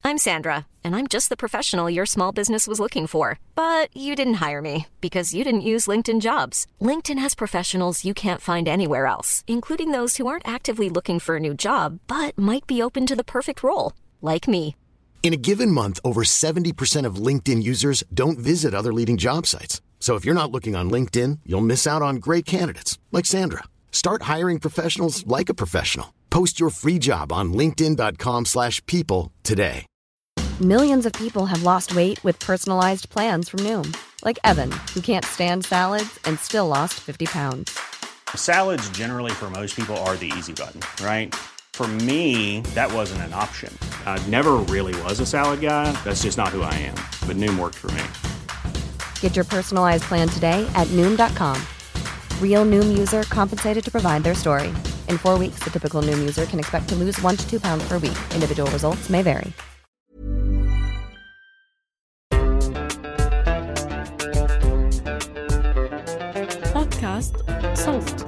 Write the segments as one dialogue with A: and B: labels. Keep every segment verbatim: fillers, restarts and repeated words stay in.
A: I'm Sandra, and I'm just the professional your small business was looking for. But you didn't hire me because you didn't use LinkedIn Jobs. LinkedIn has professionals you can't find anywhere else, including those who aren't actively looking for a new job, but might be open to the perfect role, like me.
B: In a given month, over seventy percent of LinkedIn users don't visit other leading job sites. So if you're not looking on LinkedIn, you'll miss out on great candidates like Sandra. Start hiring professionals like a professional. Post your free job on linkedin dot com slash people today.
C: Millions of people have lost weight with personalized plans from Noom. Like Evan, who can't stand salads and still lost fifty pounds.
D: Salads generally for most people are the easy button, right? For me, that wasn't an option. I never really was a salad guy. That's just not who I am. But Noom worked for me.
C: Get your personalized plan today at Noom dot com. Real Noom user compensated to provide their story. In four weeks, the typical Noom user can expect to lose one to two pounds per week. Individual results may vary.
E: بودكاست صوت.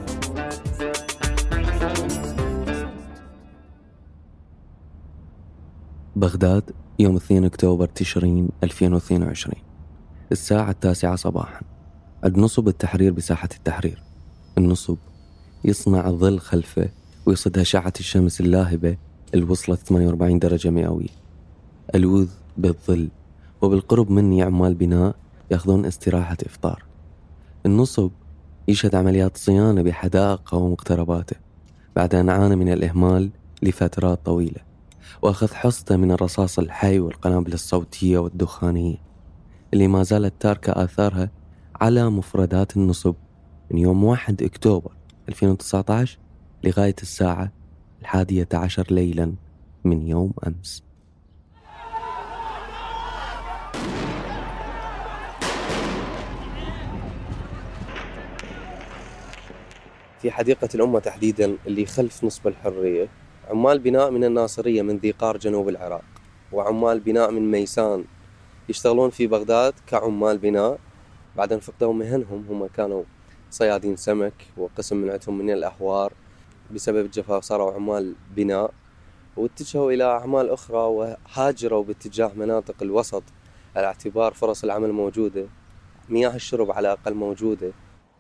F: بغداد يوم اثنين أكتوبر تشرين ألفين واثنين وعشرين، الساعة التاسعة صباحا. عند نصب التحرير بساحة التحرير. النصب يصنع الظل خلفه ويصد أشعة الشمس اللاهبة اللي وصلت ثمانية وأربعين درجة مئوية. ألوذ بالظل، وبالقرب مني عمال بناء يأخذون استراحة إفطار. النصب يشهد عمليات صيانة بحدائقه ومقترباته بعد أن عانى من الإهمال لفترات طويلة، وأخذ حصته من الرصاص الحي والقنابل الصوتية والدخانية اللي ما زالت تاركة آثارها على مفردات النصب من يوم واحد أكتوبر ألفين وتسعة عشر لغاية الساعة الحادية عشر ليلا من يوم أمس. في حديقة الأمة تحديدا اللي خلف نصب الحرية عمال بناء من الناصرية من ذي قار جنوب العراق، وعمال بناء من ميسان يشتغلون في بغداد كعمال بناء. بعد أن فقدوا مهنهم، هم كانوا صيادين سمك وقسم منعتهم من الأحوار بسبب الجفاف صاروا عمال بناء، واتجهوا إلى أعمال أخرى وهاجروا باتجاه مناطق الوسط على اعتبار فرص العمل موجودة، مياه الشرب على الأقل موجودة.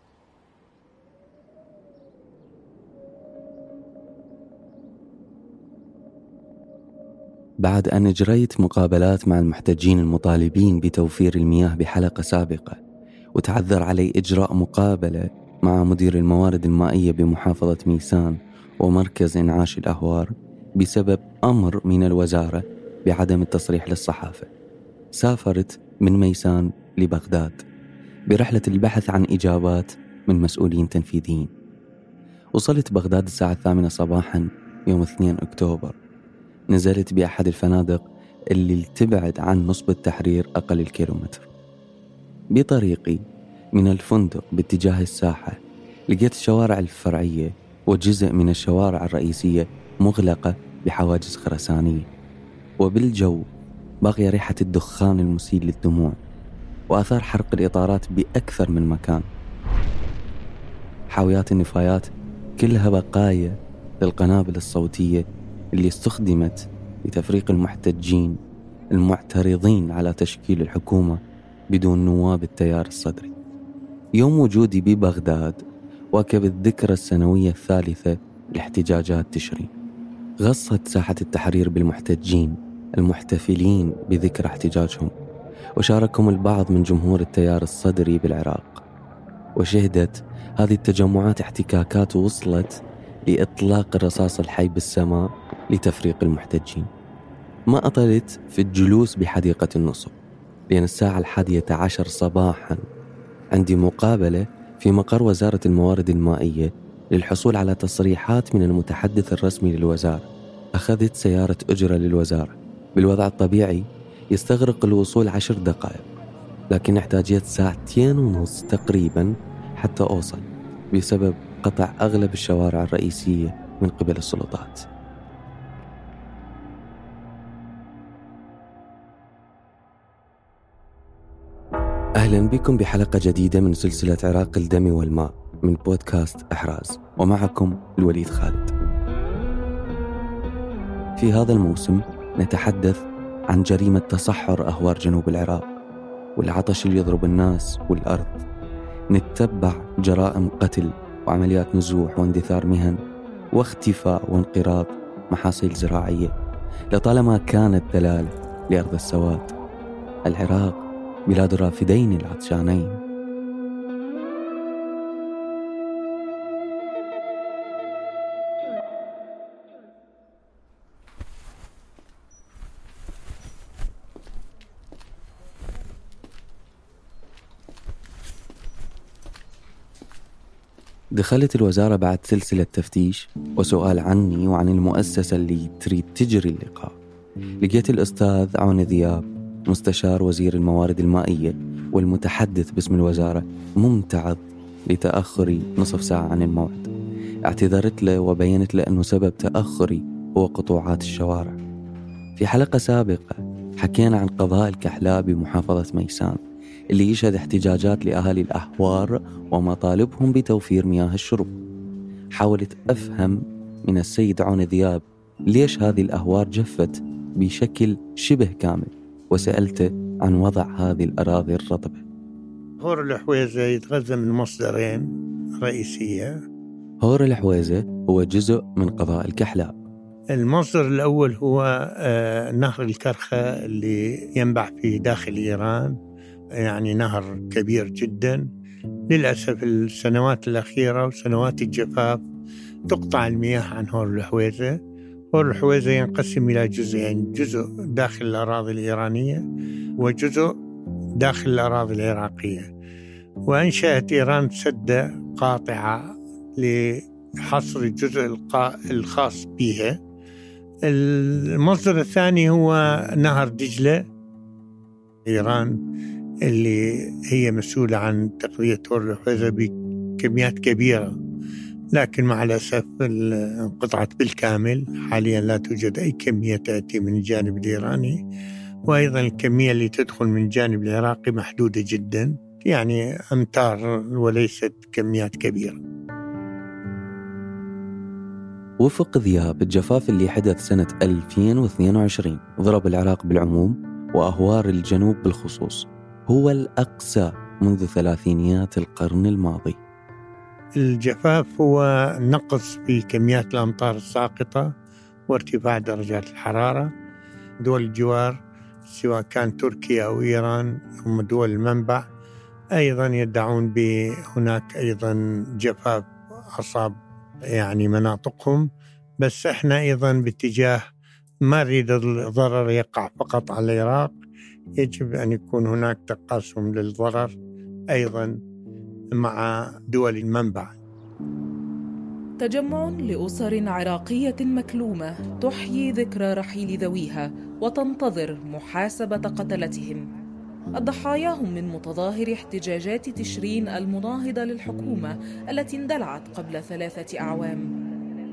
F: بعد أن أجريت مقابلات مع المحتجين المطالبين بتوفير المياه بحلقة سابقة، وتعذر علي إجراء مقابلة مع مدير الموارد المائية بمحافظة ميسان ومركز إنعاش الأهوار بسبب أمر من الوزارة بعدم التصريح للصحافة، سافرت من ميسان لبغداد برحلة البحث عن إجابات من مسؤولين تنفيذيين. وصلت بغداد الساعة الثامنة صباحا يوم اثنين أكتوبر. نزلت بأحد الفنادق اللي تبعد عن نصب التحرير أقل الكيلومتر. بطريقي من الفندق باتجاه الساحة لقيت الشوارع الفرعية وجزء من الشوارع الرئيسية مغلقة بحواجز خرسانية، وبالجو باقي ريحة الدخان المسيل للدموع وآثار حرق الإطارات بأكثر من مكان. حاويات النفايات كلها بقايا للقنابل الصوتية اللي استخدمت لتفريق المحتجين المعترضين على تشكيل الحكومة بدون نواب التيار الصدري. يوم وجودي ببغداد واكب الذكرى السنوية الثالثة لاحتجاجات تشرين. غصت ساحة التحرير بالمحتجين المحتفلين بذكرى احتجاجهم، وشاركهم البعض من جمهور التيار الصدري بالعراق. وشهدت هذه التجمعات احتكاكات وصلت لإطلاق الرصاص الحي بالسماء لتفريق المحتجين. ما أطلت في الجلوس بحديقة النصب، لأن الساعة الحادية عشر صباحا عندي مقابلة في مقر وزارة الموارد المائية للحصول على تصريحات من المتحدث الرسمي للوزارة. أخذت سيارة أجرة للوزارة. بالوضع الطبيعي يستغرق الوصول عشر دقائق، لكن احتاجت ساعتين ونص تقريبا حتى أوصل بسبب قطع أغلب الشوارع الرئيسية من قبل السلطات. أهلا بكم بحلقة جديدة من سلسلة عراق الدم والماء من بودكاست أحراز، ومعكم الوليد خالد. في هذا الموسم نتحدث عن جريمة تصحر أهوار جنوب العراق والعطش اللي يضرب الناس والأرض. نتبع جرائم قتل وعمليات نزوح واندثار مهن واختفاء وانقراض محاصيل زراعية لطالما كانت دلالة لأرض السواد. العراق بلاد الرافدين العطشانين. دخلت الوزارة بعد سلسلة تفتيش وسؤال عني وعن المؤسسة اللي تريد تجري اللقاء. لقيت الأستاذ عون ذياب مستشار وزير الموارد المائية والمتحدث باسم الوزارة ممتعض لتأخري نصف ساعة عن الموعد. اعتذرت له وبينت له أنه سبب تأخري هو قطوعات الشوارع. في حلقة سابقة حكينا عن قضاء الكحلاء بمحافظة ميسان اللي يشهد احتجاجات لأهالي الأحوار ومطالبهم بتوفير مياه الشرب. حاولت أفهم من السيد عون ذياب ليش هذه الأهوار جفت بشكل شبه كامل، وسألته عن وضع هذه الأراضي الرطبة.
G: هور الحويزة يتغذى من مصدرين رئيسية.
F: هور الحويزة هو جزء من قضاء الكحلاء.
G: المصدر الأول هو نهر الكرخة اللي ينبع في داخل إيران، يعني نهر كبير جدا. للأسف السنوات الأخيرة وسنوات الجفاف تقطع المياه عن هور الحويزة. هور الحويزة ينقسم إلى جزئين، جزء داخل الأراضي الإيرانية وجزء داخل الأراضي العراقية. وأنشأت إيران سدة قاطعة لحصر الجزء الخاص بها. المصدر الثاني هو نهر دجلة. إيران اللي هي مسؤولة عن تغذية هور الحويزة بكميات كبيرة، لكن مع الأسف انقطعت بالكامل. حاليا لا توجد أي كمية تأتي من الجانب الإيراني، وأيضا الكمية اللي تدخل من الجانب العراقي محدودة جدا، يعني أمتار وليست كميات كبيرة.
F: وفق ذياب الجفاف اللي حدث سنة ألفين واثنين وعشرين ضرب العراق بالعموم وأهوار الجنوب بالخصوص هو الأقسى منذ ثلاثينيات القرن الماضي.
G: الجفاف هو نقص في كميات الأمطار الساقطة وارتفاع درجات الحرارة. دول الجوار سواء كان تركيا أو إيران هم دول المنبع، أيضا يدعون بهناك أيضا جفاف أصاب يعني مناطقهم، بس احنا أيضا باتجاه ما نريد الضرر يقع فقط على العراق، يجب أن يكون هناك تقاسم للضرر أيضا مع دول المنبع.
E: تجمع لأسر عراقية مكلومة تحيي ذكرى رحيل ذويها وتنتظر محاسبة قتلتهم. الضحايا هم من متظاهر احتجاجات تشرين المناهضة للحكومة التي اندلعت قبل ثلاثة أعوام.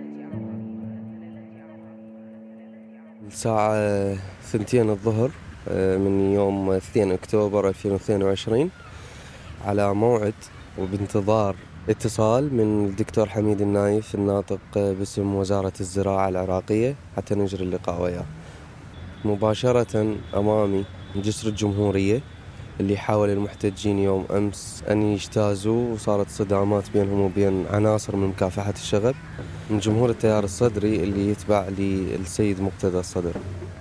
H: الساعة ثنتين الظهر من يوم اثنين أكتوبر ألفين واثنين وعشرين على موعد وبانتظار اتصال من الدكتور حميد النايف الناطق باسم وزارة الزراعة العراقية حتى نجري اللقاء وياه. مباشرة أمامي جسر الجمهورية اللي حاول المحتجين يوم أمس أن يجتازوا، وصارت صدامات بينهم وبين عناصر من مكافحة الشغب من جمهور التيار الصدري اللي يتبع للسيد مقتدى الصدر.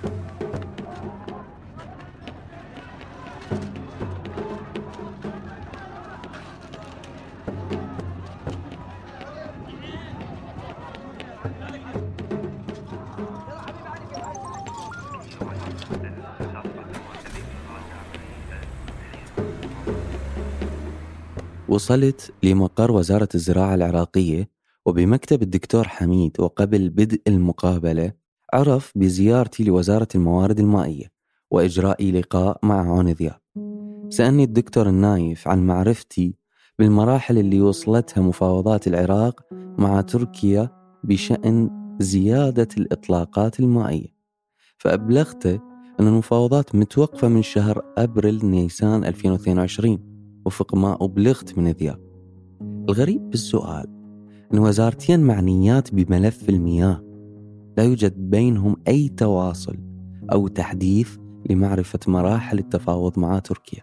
F: وصلت لمقر وزارة الزراعة العراقية وبمكتب الدكتور حميد، وقبل بدء المقابلة عرف بزيارتي لوزارة الموارد المائية وإجراء لقاء مع عون ذياب. سألني الدكتور النايف عن معرفتي بالمراحل اللي وصلتها مفاوضات العراق مع تركيا بشأن زيادة الإطلاقات المائية، فأبلغته أن المفاوضات متوقفة من شهر أبريل نيسان ألفين واثنين وعشرين وفق ما أبلغت من ذياب. الغريب بالسؤال أن وزارتين معنيات بملف المياه لا يوجد بينهم أي تواصل أو تحديث لمعرفة مراحل التفاوض مع تركيا.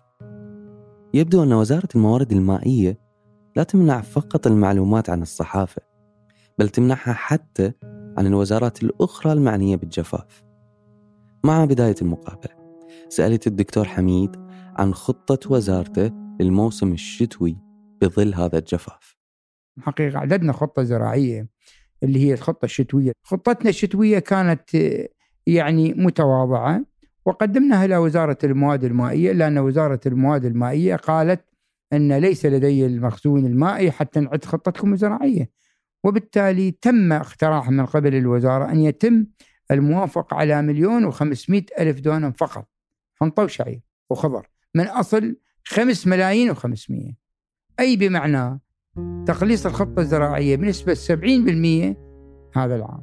F: يبدو أن وزارة الموارد المائية لا تمنع فقط المعلومات عن الصحافة، بل تمنحها حتى عن الوزارات الأخرى المعنية بالجفاف. مع بداية المقابلة سألت الدكتور حميد عن خطة وزارته للموسم الشتوي بظل هذا الجفاف.
I: حقيقة عددنا خطة زراعية اللي هي الخطة الشتوية. خطتنا الشتوية كانت يعني متواضعة وقدمناها إلى وزارة المواد المائية، لأن وزارة المواد المائية قالت أن ليس لدي المخزون المائي حتى نعد خطتكم الزراعية، وبالتالي تم اقتراح من قبل الوزارة أن يتم الموافق على مليون وخمسمائة ألف دونم فقط حنطة وشعير وخضر من أصل خمس ملايين وخمسمائة، أي بمعنى تقليص الخطة الزراعية بنسبة سبعين بالمئة هذا العام.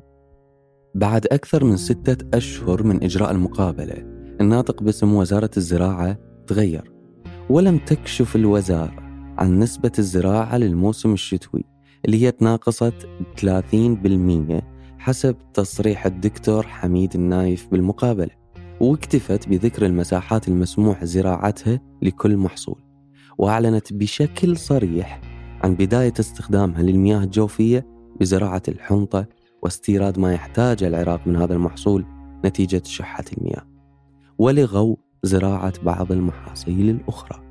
F: بعد أكثر من ستة أشهر من إجراء المقابلة، الناطق باسم وزارة الزراعة تغير، ولم تكشف الوزارة عن نسبة الزراعة للموسم الشتوي اللي هي تناقصت ثلاثين بالمئة حسب تصريح الدكتور حميد النايف بالمقابلة، واكتفت بذكر المساحات المسموح زراعتها لكل محصول، وأعلنت بشكل صريح عن بداية استخدامها للمياه الجوفية بزراعة الحنطة واستيراد ما يحتاج العراق من هذا المحصول نتيجة شحة المياه، ولغوا زراعة بعض المحاصيل الأخرى.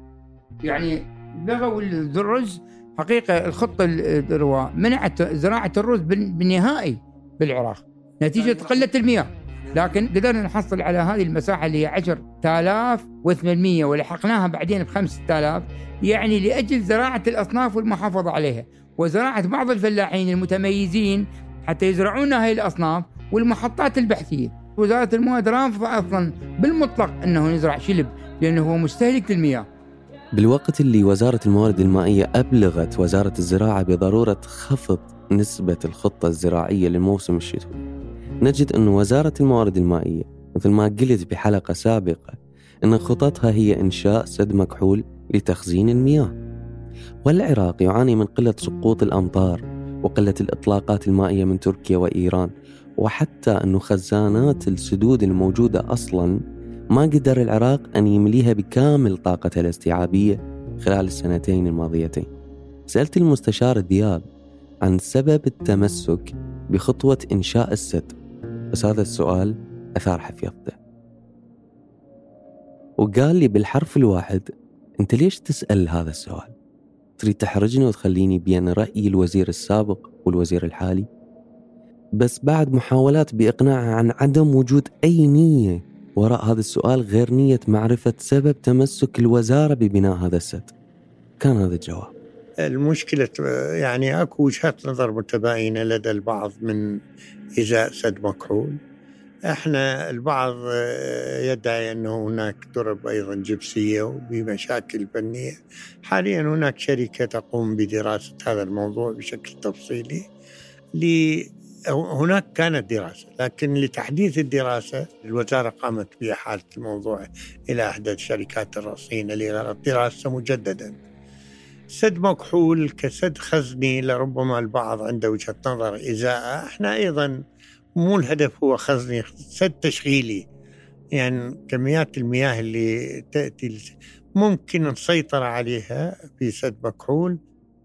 I: يعني لغوا الرز. حقيقة الخطة الرواء منعت زراعة الرز بالنهائي بالعراق نتيجة قلة المياه، لكن قدرنا نحصل على هذه المساحة اللي هي عشرة آلاف وثمانمائة ولحقناها بعدين بخمسة آلاف، يعني لأجل زراعة الأصناف والمحافظة عليها وزراعة بعض الفلاحين المتميزين حتى يزرعون هذه الأصناف والمحطات البحثية. وزارة المواد رافضة أصلا بالمطلق أنه يزرع شلب لأنه هو مستهلك للمياه.
F: بالوقت اللي وزارة الموارد المائية أبلغت وزارة الزراعة بضرورة خفض نسبة الخطة الزراعية للموسم الشتوي، نجد أن وزارة الموارد المائية مثل ما قلت بحلقة سابقة أن خططها هي إنشاء سد مكحول لتخزين المياه. والعراق يعاني من قلة سقوط الأمطار وقلة الإطلاقات المائية من تركيا وإيران، وحتى أن خزانات السدود الموجودة أصلاً ما قدر العراق أن يمليها بكامل طاقتها الاستيعابية خلال السنتين الماضيتين. سألت المستشار دياب عن سبب التمسك بخطوة إنشاء السد، بس هذا السؤال أثار حفيظته، وقال لي بالحرف الواحد: أنت ليش تسأل هذا السؤال؟ تريد تحرجني وتخليني بين رأي الوزير السابق والوزير الحالي؟ بس بعد محاولات بإقناعه عن عدم وجود أي نية وراء هذا السؤال غير نية معرفة سبب تمسك الوزارة ببناء هذا السد، كان هذا الجواب.
G: المشكلة يعني أكو وجهات نظر متباينة لدى البعض من إزاء سد مكحول. احنا البعض يدعي أنه هناك ترب أيضا جبسية وبمشاكل فنية. حاليا هناك شركة تقوم بدراسة هذا الموضوع بشكل تفصيلي. هناك كانت دراسة، لكن لتحديث الدراسة الوزارة قامت بإحالة الموضوع إلى إحدى الشركات الرصينة لغرض دراسة مجددا. سد مكحول كسد خزني لربما البعض عنده وجهة نظر إزاءة، احنا أيضا مو الهدف هو خزني، سد تشغيلي، يعني كميات المياه اللي تأتي ممكن نسيطر عليها في سد مكحول.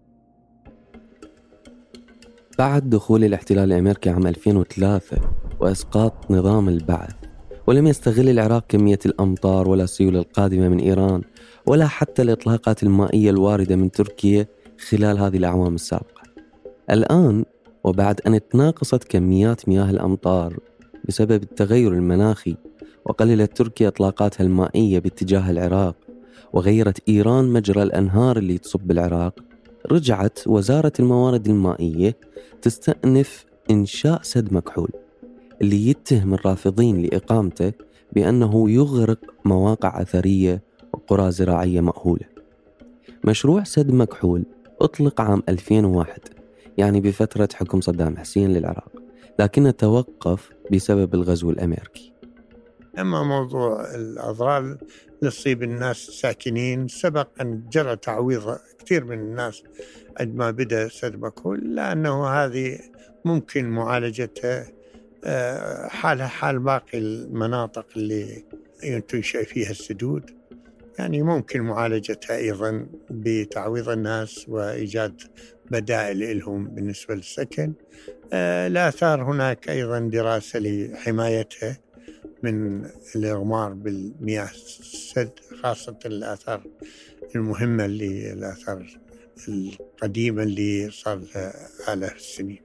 F: بعد دخول الاحتلال الأمريكي عام ألفين وثلاثة وإسقاط نظام البعث، ولم يستغل العراق كمية الأمطار ولا السيول القادمة من إيران ولا حتى الإطلاقات المائية الواردة من تركيا خلال هذه الأعوام السابقة. الآن وبعد أن تناقصت كميات مياه الأمطار بسبب التغير المناخي، وقللت تركيا إطلاقاتها المائية باتجاه العراق، وغيرت إيران مجرى الأنهار اللي تصب العراق، رجعت وزارة الموارد المائية تستأنف إنشاء سد مكحول اللي يتهم الرافضين لإقامته بأنه يغرق مواقع أثرية وقرى زراعية مأهولة. مشروع سد مكحول أطلق عام ألفين وواحد، يعني بفترة حكم صدام حسين للعراق، لكنه توقف بسبب الغزو الأمريكي.
G: أما موضوع الأضرار اللي تصيب الناس الساكنين، سبق أن جرى تعويض كثير من الناس عندما بدأ سد مكحول، لأنه هذه ممكن معالجتها حالها حال باقي المناطق اللي تنشأ فيها السدود، يعني ممكن معالجتها أيضا بتعويض الناس وإيجاد بدائل لهم بالنسبة للسكن. الآثار هناك أيضا دراسة لحمايتها من الإغمار بالمياه السد، خاصة الآثار المهمة اللي الآثار القديمة اللي صار لها آلاف السنين.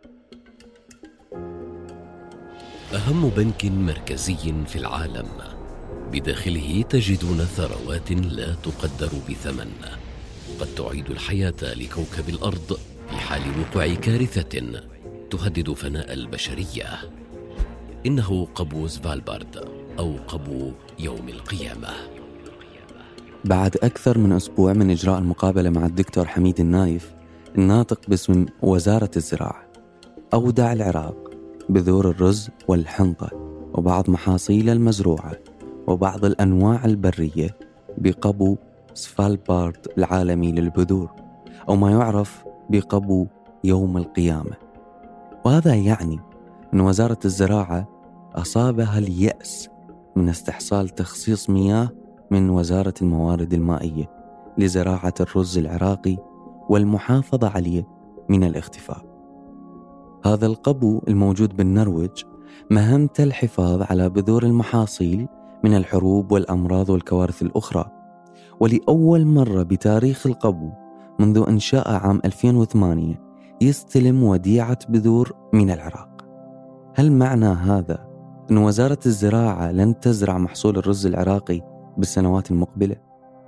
J: أهم بنك مركزي في العالم، بداخله تجدون ثروات لا تقدر بثمن، قد تعيد الحياة لكوكب الأرض في حال وقوع كارثة تهدد فناء البشرية. إنه قبو سفالبارد أو قبو يوم القيامة.
F: بعد أكثر من أسبوع من إجراء المقابلة مع الدكتور حميد النايف الناطق باسم وزارة الزراعة، أودع العراق بذور الرز والحنطة وبعض محاصيل المزروعة وبعض الأنواع البرية بقبو سفالبارد العالمي للبذور، أو ما يعرف بقبو يوم القيامة. وهذا يعني أن وزارة الزراعة أصابها اليأس من استحصال تخصيص مياه من وزارة الموارد المائية لزراعة الرز العراقي والمحافظة عليه من الاختفاء. هذا القبو الموجود بالنرويج مهمته الحفاظ على بذور المحاصيل من الحروب والأمراض والكوارث الأخرى، ولأول مرة بتاريخ القبو منذ إنشاء عام ألفين وثمانية يستلم وديعة بذور من العراق. هل معنى هذا أن وزارة الزراعة لن تزرع محصول الرز العراقي بالسنوات المقبلة؟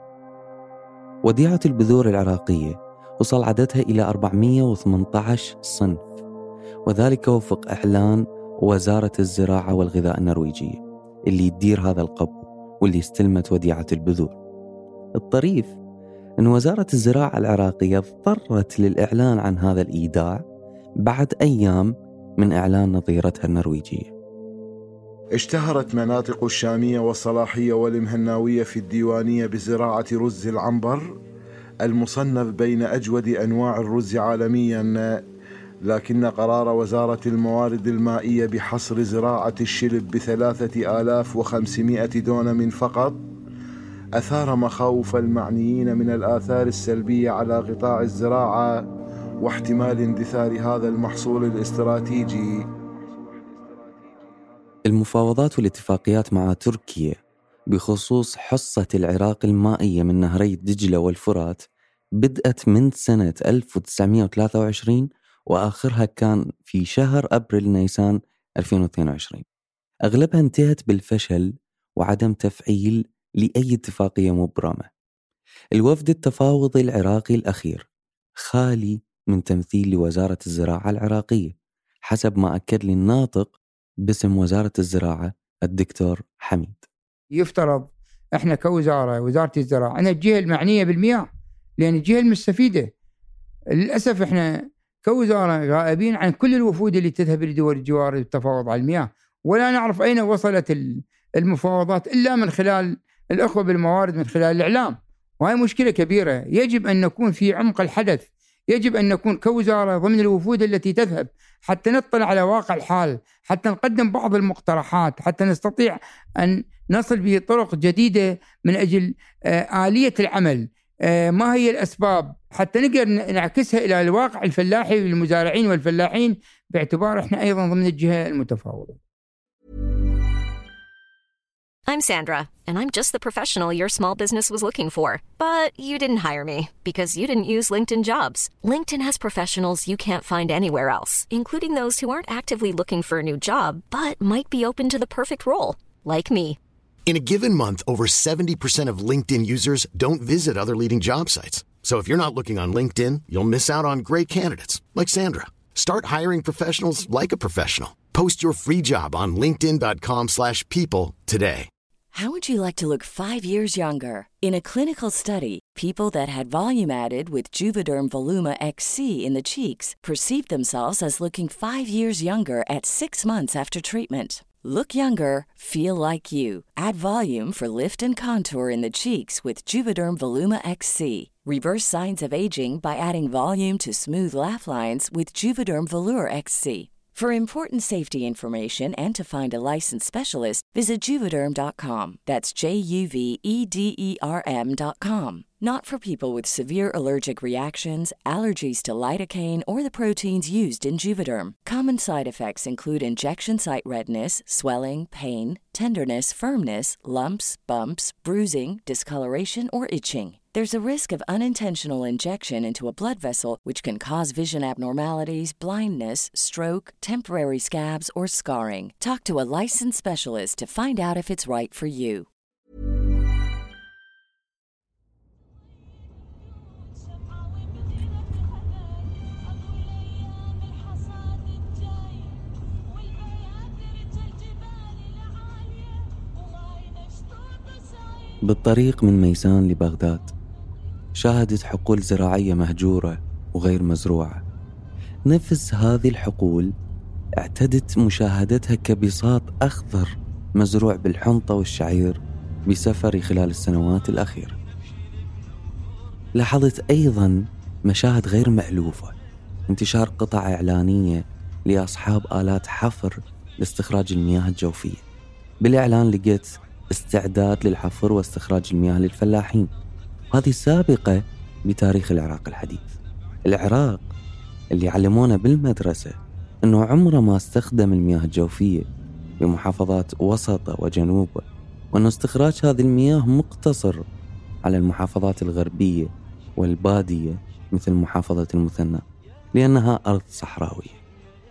F: وديعة البذور العراقية وصل عددها إلى أربعمئة وثمانية عشر صنف، وذلك وفق إعلان وزارة الزراعة والغذاء النرويجية اللي تدير هذا القبو واللي استلمت وديعة البذور. الطريف أن وزارة الزراعة العراقية اضطرت للإعلان عن هذا الإيداع بعد أيام من إعلان نظيرتها النرويجية.
K: اشتهرت مناطق الشامية والصلاحية والمهناوية في الديوانية بزراعة رز العنبر المصنف بين أجود أنواع الرز عالميا، لكن قرار وزارة الموارد المائية بحصر زراعة الشلب بثلاثة آلاف وخمسمائة دونم فقط أثار مخاوف المعنيين من الآثار السلبية على قطاع الزراعة واحتمال اندثار هذا المحصول الاستراتيجي.
F: المفاوضات والاتفاقيات مع تركيا بخصوص حصة العراق المائية من نهري دجلة والفرات بدأت من سنة ألف وتسعمئة وثلاثة وعشرين وآخرها كان في شهر أبريل نيسان ألفين واثنين وعشرين. أغلبها انتهت بالفشل وعدم تفعيل لأي اتفاقية مبرمة. الوفد التفاوضي العراقي الأخير خالي من تمثيل لوزارة الزراعة العراقية حسب ما أكد لي الناطق باسم وزارة الزراعة الدكتور حميد.
I: يفترض احنا كوزارة وزارة الزراعة أنا الجهة المعنية بالمياه، لأن الجهة المستفيدة. للأسف احنا كوزارة غائبين عن كل الوفود اللي تذهب لدول الجوار للتفاوض على المياه، ولا نعرف أين وصلت المفاوضات إلا من خلال الأخوة بالموارد من خلال الإعلام، وهي مشكلة كبيرة. يجب أن نكون في عمق الحدث، يجب أن نكون كوزارة ضمن الوفود التي تذهب حتى نطلع على واقع الحال، حتى نقدم بعض المقترحات، حتى نستطيع أن نصل بطرق جديدة من أجل آلية العمل، ما هي الأسباب، حتى نقدر نعكسها إلى الواقع الفلاحي والمزارعين والفلاحين، باعتبار إحنا أيضا ضمن الجهة المتفاوضة.
A: I'm Sandra, and I'm just the professional your small business was looking for. But you didn't hire me because you didn't use LinkedIn Jobs. LinkedIn has professionals you can't find anywhere else, including those who aren't actively looking for a new job, but might be open to the perfect role, like me.
B: In a given month, over seventy percent of LinkedIn users don't visit other leading job sites. So if you're not looking on LinkedIn, you'll miss out on great candidates like Sandra. Start hiring professionals like a professional. Post your free job on linkedin dot com slash people today.
L: How would you like to look five years younger? In a clinical study, people that had volume added with Juvederm Voluma X C in the cheeks perceived themselves as looking five years younger at six months after treatment. Look younger, feel like you. Add volume for lift and contour in the cheeks with Juvederm Voluma X C. Reverse signs of aging by adding volume to smooth laugh lines with Juvederm Volure X C. For important safety information and to find a licensed specialist, visit Juvederm dot com. That's J U V E D E R M dot com. Not for people with severe allergic reactions, allergies to lidocaine, or the proteins used in Juvederm. Common side effects include injection site redness, swelling, pain, tenderness, firmness, lumps, bumps, bruising, discoloration, or itching. There's a risk of unintentional injection into a blood vessel, which can cause vision abnormalities, blindness, stroke, temporary scabs, or scarring. Talk to a licensed specialist to find out if it's right for you.
F: بالطريق من ميسان لبغداد شاهدت حقول زراعية مهجورة وغير مزروعة. نفس هذه الحقول اعتدت مشاهدتها كبساط أخضر مزروع بالحنطة والشعير بسفري خلال السنوات الأخيرة. لاحظت أيضا مشاهد غير مألوفة، انتشار قطع إعلانية لأصحاب آلات حفر لاستخراج المياه الجوفية. بالإعلان لقيت استعداد للحفر واستخراج المياه للفلاحين. هذه سابقة بتاريخ العراق الحديث. العراق اللي علمونا بالمدرسة أنه عمره ما استخدم المياه الجوفية بمحافظات وسطة وجنوبة، وأنه استخراج هذه المياه مقتصر على المحافظات الغربية والبادية مثل محافظة المثنى لأنها أرض صحراوية.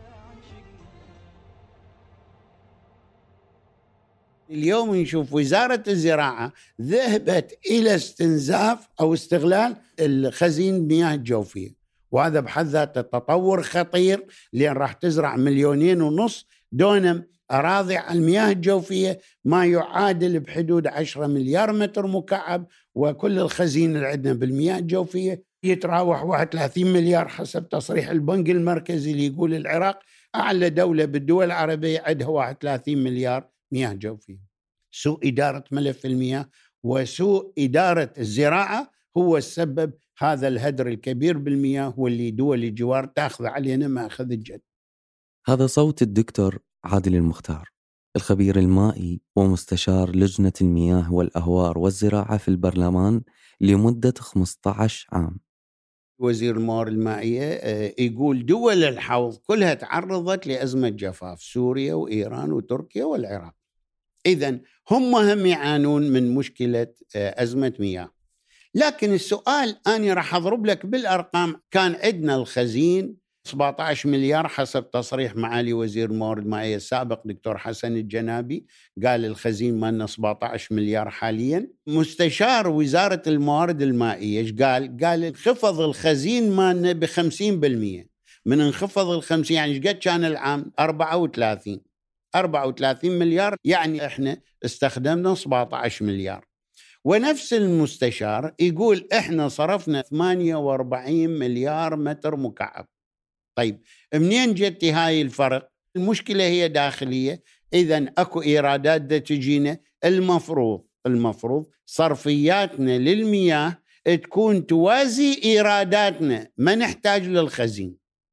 M: اليوم نشوف وزارة الزراعة ذهبت إلى استنزاف أو استغلال الخزين المياه الجوفية، وهذا بحد ذاته تطور خطير، لأن راح تزرع مليونين ونص دونم أراضي على المياه الجوفية، ما يعادل بحدود عشرة مليار متر مكعب، وكل الخزين اللي عندنا بالمياه الجوفية يتراوح واحد وثلاثين مليار حسب تصريح البنك المركزي اللي يقول العراق أعلى دولة بالدول العربية عندها واحد وثلاثين مليار مياه جوفية. سوء إدارة ملف المياه وسوء إدارة الزراعة هو السبب هذا الهدر الكبير بالمياه، واللي دول الجوار تأخذ علينا ما أخذ الجد.
F: هذا صوت الدكتور عادل المختار، الخبير المائي ومستشار لجنة المياه والأهوار والزراعة في البرلمان لمدة خمسة عشر عام.
M: وزير الموارد المائية يقول دول الحوض كلها تعرضت لأزمة جفاف، سوريا وإيران وتركيا والعراق. إذن هم هم يعانون من مشكلة أزمة مياه. لكن السؤال أنا راح أضرب لك بالأرقام. كان عندنا الخزين سبعة عشر مليار حسب تصريح معالي وزير الموارد المائية السابق دكتور حسن الجنابي، قال الخزين مالنا سبعة عشر مليار حاليا. مستشار وزارة الموارد المائية ايش قال؟ قال انخفض الخزين مالنا بخمسين بالمئة. من انخفض الخمسين يعني ايش قد كان العام؟ أربعة وثلاثين أربعة وثلاثين مليار، يعني احنا استخدمنا سبعة عشر مليار. ونفس المستشار يقول احنا صرفنا ثمانية وأربعين مليار متر مكعب. طيب منين جت هاي الفرق؟ المشكلة هي داخلية. إذن أكو إيرادات دا تجينا، المفروض المفروض صرفياتنا للمياه تكون توازي إيراداتنا، ما نحتاج للخزين.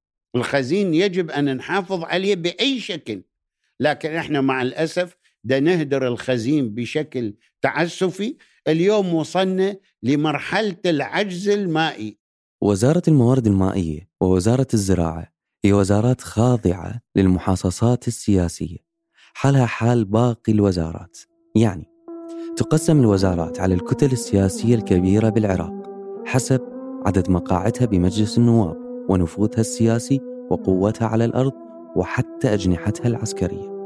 M: الخزين يجب أن نحافظ عليه بأي شكل، لكن إحنا مع الأسف دا نهدر الخزين بشكل تعسفي. اليوم وصلنا لمرحلة العجز المائي.
F: وزارة الموارد المائية ووزارة الزراعة هي وزارات خاضعة للمحاصصات السياسية، حالها حال باقي الوزارات. يعني تقسم الوزارات على الكتل السياسية الكبيرة بالعراق حسب عدد مقاعدها بمجلس النواب ونفوذها السياسي وقوتها على الأرض وحتى أجنحتها العسكرية.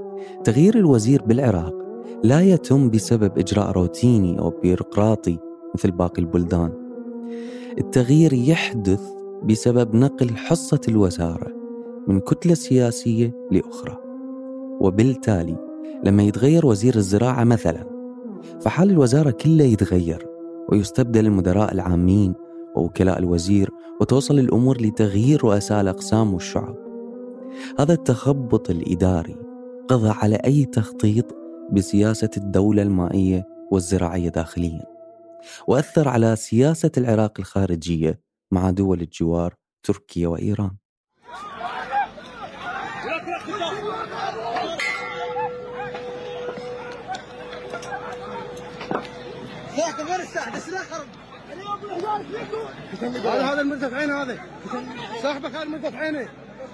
F: تغيير الوزير بالعراق لا يتم بسبب إجراء روتيني أو بيروقراطي مثل باقي البلدان. التغيير يحدث بسبب نقل حصة الوزارة من كتلة سياسية لأخرى. وبالتالي لما يتغير وزير الزراعة مثلا، فحال الوزارة كلها يتغير ويستبدل المدراء العامين ووكلاء الوزير، وتوصل الأمور لتغيير رؤساء الأقسام والشعب. هذا التخبط الإداري قضى على أي تخطيط بسياسة الدولة المائية والزراعية داخليا، وأثر على سياسة العراق الخارجية مع دول الجوار تركيا وإيران.
N: هذا هذا المرتفعين هذا صاحبك هذا المرتفعين.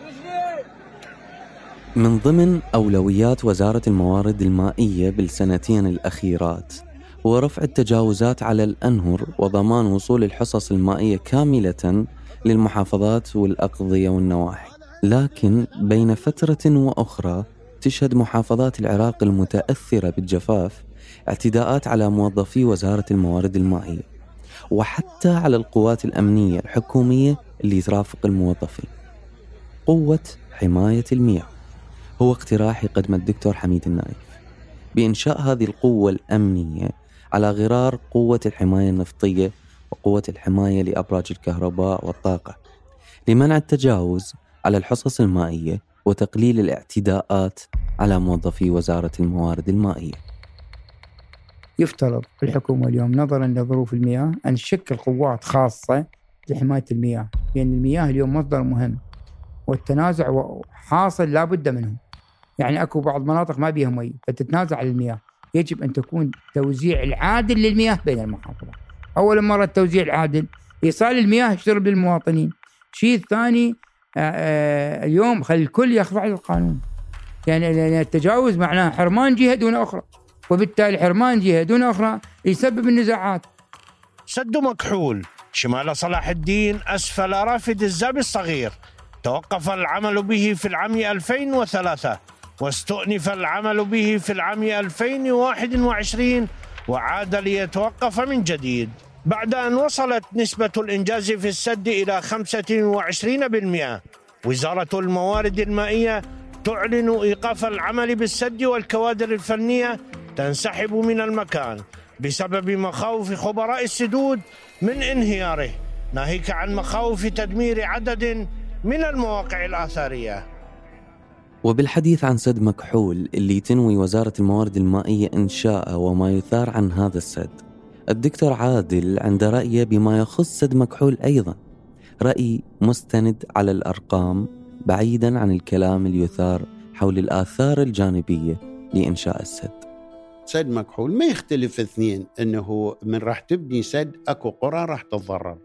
F: من ضمن أولويات وزارة الموارد المائية بالسنتين الأخيرات هو رفع التجاوزات على الأنهر وضمان وصول الحصص المائية كاملة للمحافظات والأقضية والنواحي. لكن بين فترة وأخرى تشهد محافظات العراق المتأثرة بالجفاف اعتداءات على موظفي وزارة الموارد المائية وحتى على القوات الأمنية الحكومية اللي ترافق الموظفين. قوة حماية المياه هو اقتراح يقدم الدكتور حميد النايف بإنشاء هذه القوة الأمنية على غرار قوة الحماية النفطية وقوة الحماية لأبراج الكهرباء والطاقة لمنع التجاوز على الحصص المائية وتقليل الاعتداءات على موظفي وزارة الموارد المائية.
I: يفترض الحكومة اليوم نظرا لظروف المياه أن تشكل قوات خاصة لحماية المياه، لأن المياه اليوم مصدر مهم والتنازع حاصل لا بد منه. يعني أكو بعض مناطق ما بيها مي فتتنازع على المياه، يجب أن تكون توزيع العادل للمياه بين المحافظات. أول مرة التوزيع العادل، إيصال المياه يشترب للمواطنين. شيء الثاني اليوم خلي الكل يخضع للقانون، يعني التجاوز معناه حرمان جهة دون أخرى، وبالتالي حرمان جهة دون أخرى يسبب النزاعات.
O: سد مكحول شمال صلاح الدين أسفل رافد الزاب الصغير توقف العمل به في العام ألفين وثلاثة واستؤنف العمل به في العام ألفين وواحد وعشرين وعاد ليتوقف من جديد بعد أن وصلت نسبة الإنجاز في السد إلى خمسة وعشرين بالمئة. وزارة الموارد المائية تعلن إيقاف العمل بالسد والكوادر الفنية تنسحب من المكان بسبب مخاوف خبراء السدود من انهياره، ناهيك عن مخاوف تدمير عدد من المواقع الآثارية.
F: وبالحديث عن سد مكحول اللي تنوي وزارة الموارد المائية إنشاءه وما يثار عن هذا السد، الدكتور عادل عند رأيه بما يخص سد مكحول أيضا رأي مستند على الأرقام بعيدا عن الكلام اللي يثار حول الآثار الجانبية لإنشاء السد.
M: سد مكحول ما يختلف اثنين، أنه من راح تبني سد أكو قرى راح تتضرر،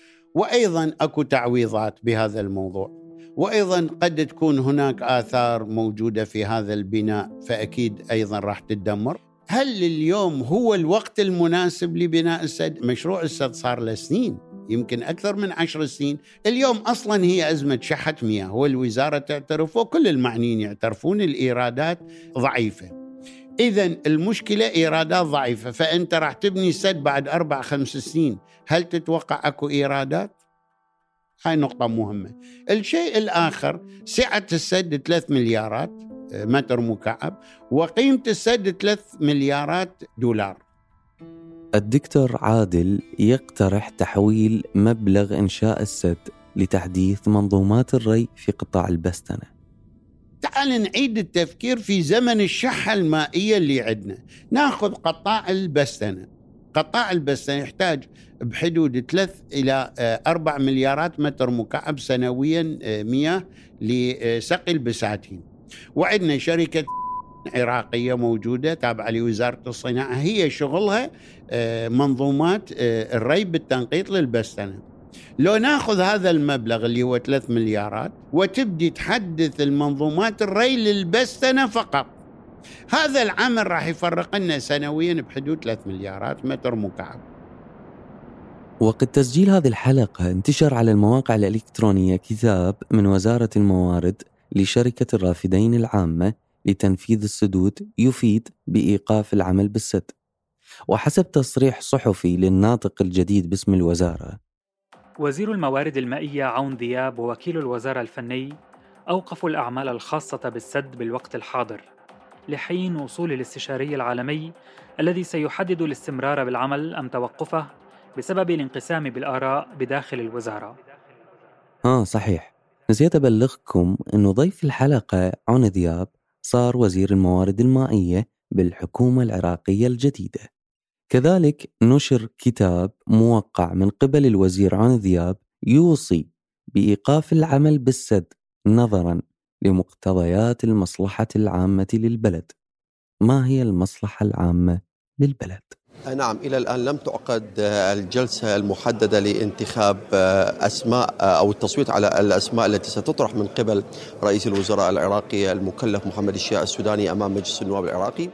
M: وأيضا أكو تعويضات بهذا الموضوع، وأيضا قد تكون هناك آثار موجودة في هذا البناء فأكيد أيضا راح تتدمر. هل اليوم هو الوقت المناسب لبناء السد؟ مشروع السد صار له سنين، يمكن أكثر من عشر سنين. اليوم أصلا هي أزمة شحة مياه، والوزارة تعترف وكل المعنيين يعترفون الإيرادات ضعيفة. إذن المشكلة إيرادات ضعيفة، فأنت راح تبني سد بعد أربع خمس سنين، هل تتوقع أكو إيرادات؟ هاي نقطة مهمة. الشيء الآخر، سعة السد ثلاث مليارات متر مكعب وقيمة السد ثلاث مليارات دولار.
F: الدكتور عادل يقترح تحويل مبلغ إنشاء السد لتحديث منظومات الري في قطاع البستنة.
M: تعال نعيد التفكير في زمن الشحة المائية اللي عندنا. ناخذ قطاع البستنة. قطاع البستنة يحتاج بحدود ثلاث إلى أربع مليارات متر مكعب سنويا مياه لسقي البساتين، وعندنا شركة عراقية موجودة تابعة لوزارة الصناعة هي شغلها منظومات الري بالتنقيط للبستنة. لو ناخذ هذا المبلغ اللي هو ثلاث مليارات وتبدي تحدث المنظومات الري للبستنة فقط، هذا العمل راح يفرق لنا سنويا بحدود ثلاث مليارات متر مكعب.
F: وقت تسجيل هذه الحلقة انتشر على المواقع الإلكترونية كتاب من وزارة الموارد لشركة الرافدين العامة لتنفيذ السدود يفيد بإيقاف العمل بالسد. وحسب تصريح صحفي للناطق الجديد باسم الوزارة،
P: وزير الموارد المائية عون ذياب ووكيل الوزارة الفني أوقفوا الأعمال الخاصة بالسد بالوقت الحاضر لحين وصول الاستشاري العالمي الذي سيحدد الاستمرار بالعمل أم توقفه بسبب الانقسام بالآراء بداخل الوزارة.
F: آه صحيح، نسيت أبلغكم أنه ضيف الحلقة عون ذياب صار وزير الموارد المائية بالحكومة العراقية الجديدة. كذلك نشر كتاب موقع من قبل الوزير عون ذياب يوصي بإيقاف العمل بالسد نظراً لمقتضيات المصلحة العامة للبلد. ما هي المصلحة العامة للبلد؟
Q: نعم، إلى الآن لم تعقد الجلسة المحددة لانتخاب أسماء أو التصويت على الأسماء التي ستطرح من قبل رئيس الوزراء العراقي المكلف محمد الشياع السوداني أمام مجلس النواب العراقي.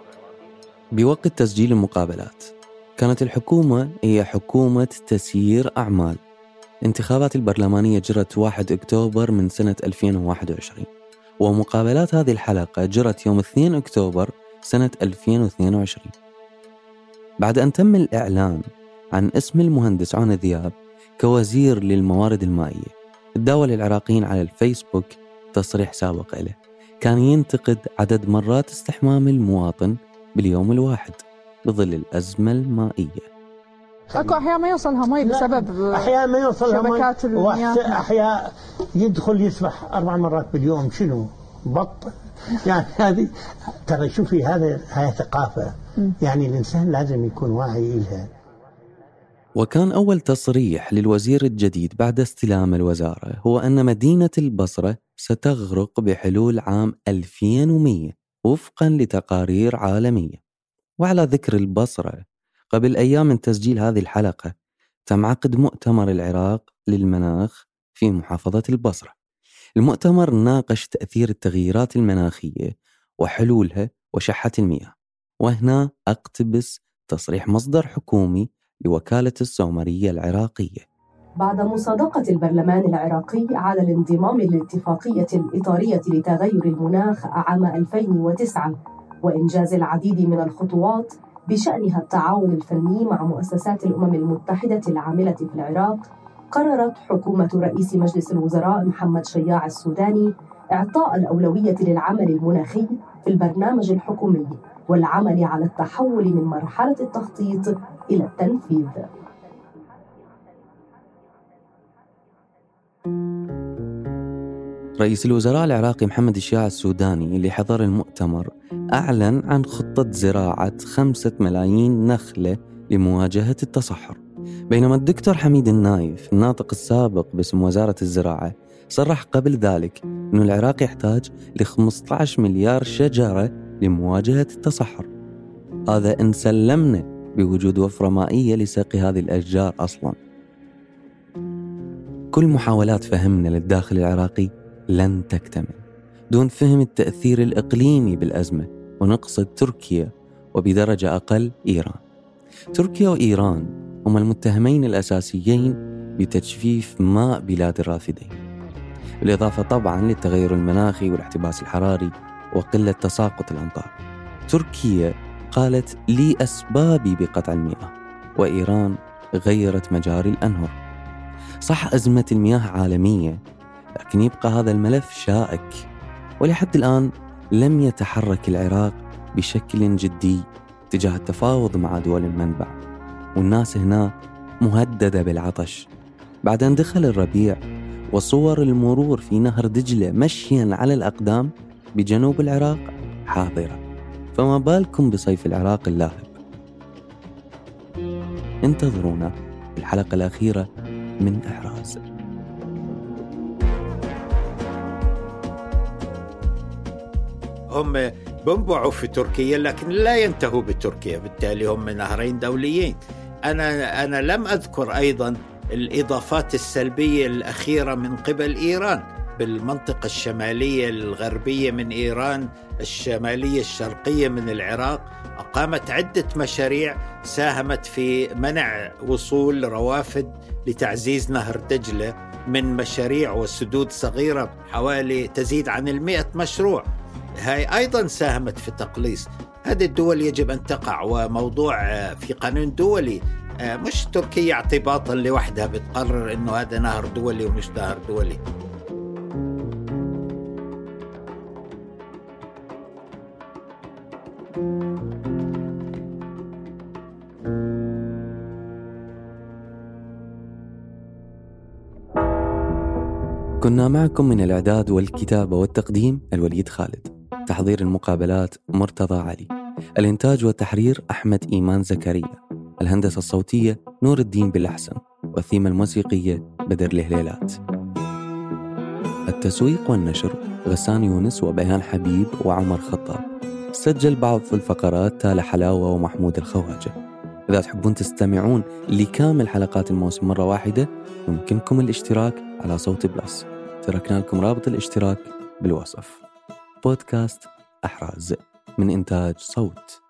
F: بوقت تسجيل المقابلات كانت الحكومة هي حكومة تسيير أعمال. انتخابات البرلمانية جرت واحد أكتوبر من سنة ألفين وواحد وعشرين، ومقابلات هذه الحلقة جرت يوم اثنين أكتوبر سنة ألفين واثنين وعشرين. بعد أن تم الإعلان عن اسم المهندس عون ذياب كوزير للموارد المائية، تداول العراقيين على الفيسبوك تصريح سابق له كان ينتقد عدد مرات استحمام المواطن باليوم الواحد بظل الأزمة المائية.
R: اكو احياء ما يوصلها مي بسبب
G: احياء ما يوصلها
R: شبكات المياه،
G: احياء يدخل يسبح اربع مرات باليوم. شنو بط يعني هذه؟ ترى شوفي هذا هاي ثقافه، يعني الانسان لازم يكون واعي لها.
F: وكان أول تصريح للوزير الجديد بعد استلام الوزارة هو أن مدينة البصرة ستغرق بحلول عام ألفين ومئة وفقا لتقارير عالمية. وعلى ذكر البصرة، قبل أيام من تسجيل هذه الحلقة تم عقد مؤتمر العراق للمناخ في محافظة البصرة. المؤتمر ناقش تأثير التغييرات المناخية وحلولها وشحة المياه. وهنا أقتبس تصريح مصدر حكومي لوكالة السومرية العراقية.
S: بعد مصادقة البرلمان العراقي على الانضمام للاتفاقية الإطارية لتغير المناخ عام ألفين وتسعة وإنجاز العديد من الخطوات بشأنها التعاون الفني مع مؤسسات الأمم المتحدة العاملة في العراق، قررت حكومة رئيس مجلس الوزراء محمد شياع السوداني إعطاء الأولوية للعمل المناخي في البرنامج الحكومي والعمل على التحول من مرحلة التخطيط إلى التنفيذ.
F: رئيس الوزراء العراقي محمد الشياع السوداني اللي حضر المؤتمر أعلن عن خطة زراعة خمسة ملايين نخلة لمواجهة التصحر، بينما الدكتور حميد النايف الناطق السابق باسم وزارة الزراعة صرح قبل ذلك أن العراق يحتاج ل خمسة عشر مليار شجرة لمواجهة التصحر. هذا إن سلمنا بوجود وفرة مائية لسقي هذه الأشجار أصلاً. كل محاولات فهمنا للداخل العراقي لن تكتمل دون فهم التأثير الإقليمي بالأزمة، ونقصد تركيا وبدرجة أقل إيران. تركيا وإيران هما المتهمين الأساسيين بتجفيف ماء بلاد الرافدين، بالإضافة طبعا للتغير المناخي والاحتباس الحراري وقلة تساقط الأمطار. تركيا قالت لي أسبابي بقطع المياه، وإيران غيرت مجاري الأنهر. صح أزمة المياه عالمية، لكن يبقى هذا الملف شائك، ولحد الآن لم يتحرك العراق بشكل جدي تجاه التفاوض مع دول المنبع، والناس هنا مهددة بالعطش. بعد أن دخل الربيع وصور المرور في نهر دجلة مشيا على الأقدام بجنوب العراق حاضرة، فما بالكم بصيف العراق اللاهب. انتظرونا في الحلقة الأخيرة من إحراز.
T: هم بنبعوا في تركيا لكن لا ينتهوا بتركيا، بالتالي هم نهرين دوليين. أنا أنا لم أذكر أيضا الإضافات السلبية الأخيرة من قبل إيران بالمنطقة الشمالية الغربية من إيران، الشمالية الشرقية من العراق. أقامت عدة مشاريع ساهمت في منع وصول روافد لتعزيز نهر دجلة من مشاريع وسدود صغيرة حوالي تزيد عن المئة مشروع. هاي أيضا ساهمت في تقليص. هذه الدول يجب أن تقع، وموضوع في قانون دولي، مش تركيا اعتباطا لوحدها بتقرر إنه هذا نهر دولي ومش نهر دولي.
F: كنا معكم من الإعداد والكتابة والتقديم الوليد خالد، تحضير المقابلات مرتضى علي، الإنتاج والتحرير أحمد إيمان زكريا، الهندسة الصوتية نور الدين بالأحسن، والثيمة الموسيقية بدر الهليلات. التسويق والنشر غسان يونس وبيان حبيب وعمر خطاب. سجل بعض الفقرات تال حلاوة ومحمود الخواجة. إذا تحبون تستمعون لكامل حلقات الموسم مرة واحدة يمكنكم الاشتراك على صوت بلس. تركنا لكم رابط الاشتراك بالوصف. بودكاست أحراز من إنتاج صوت.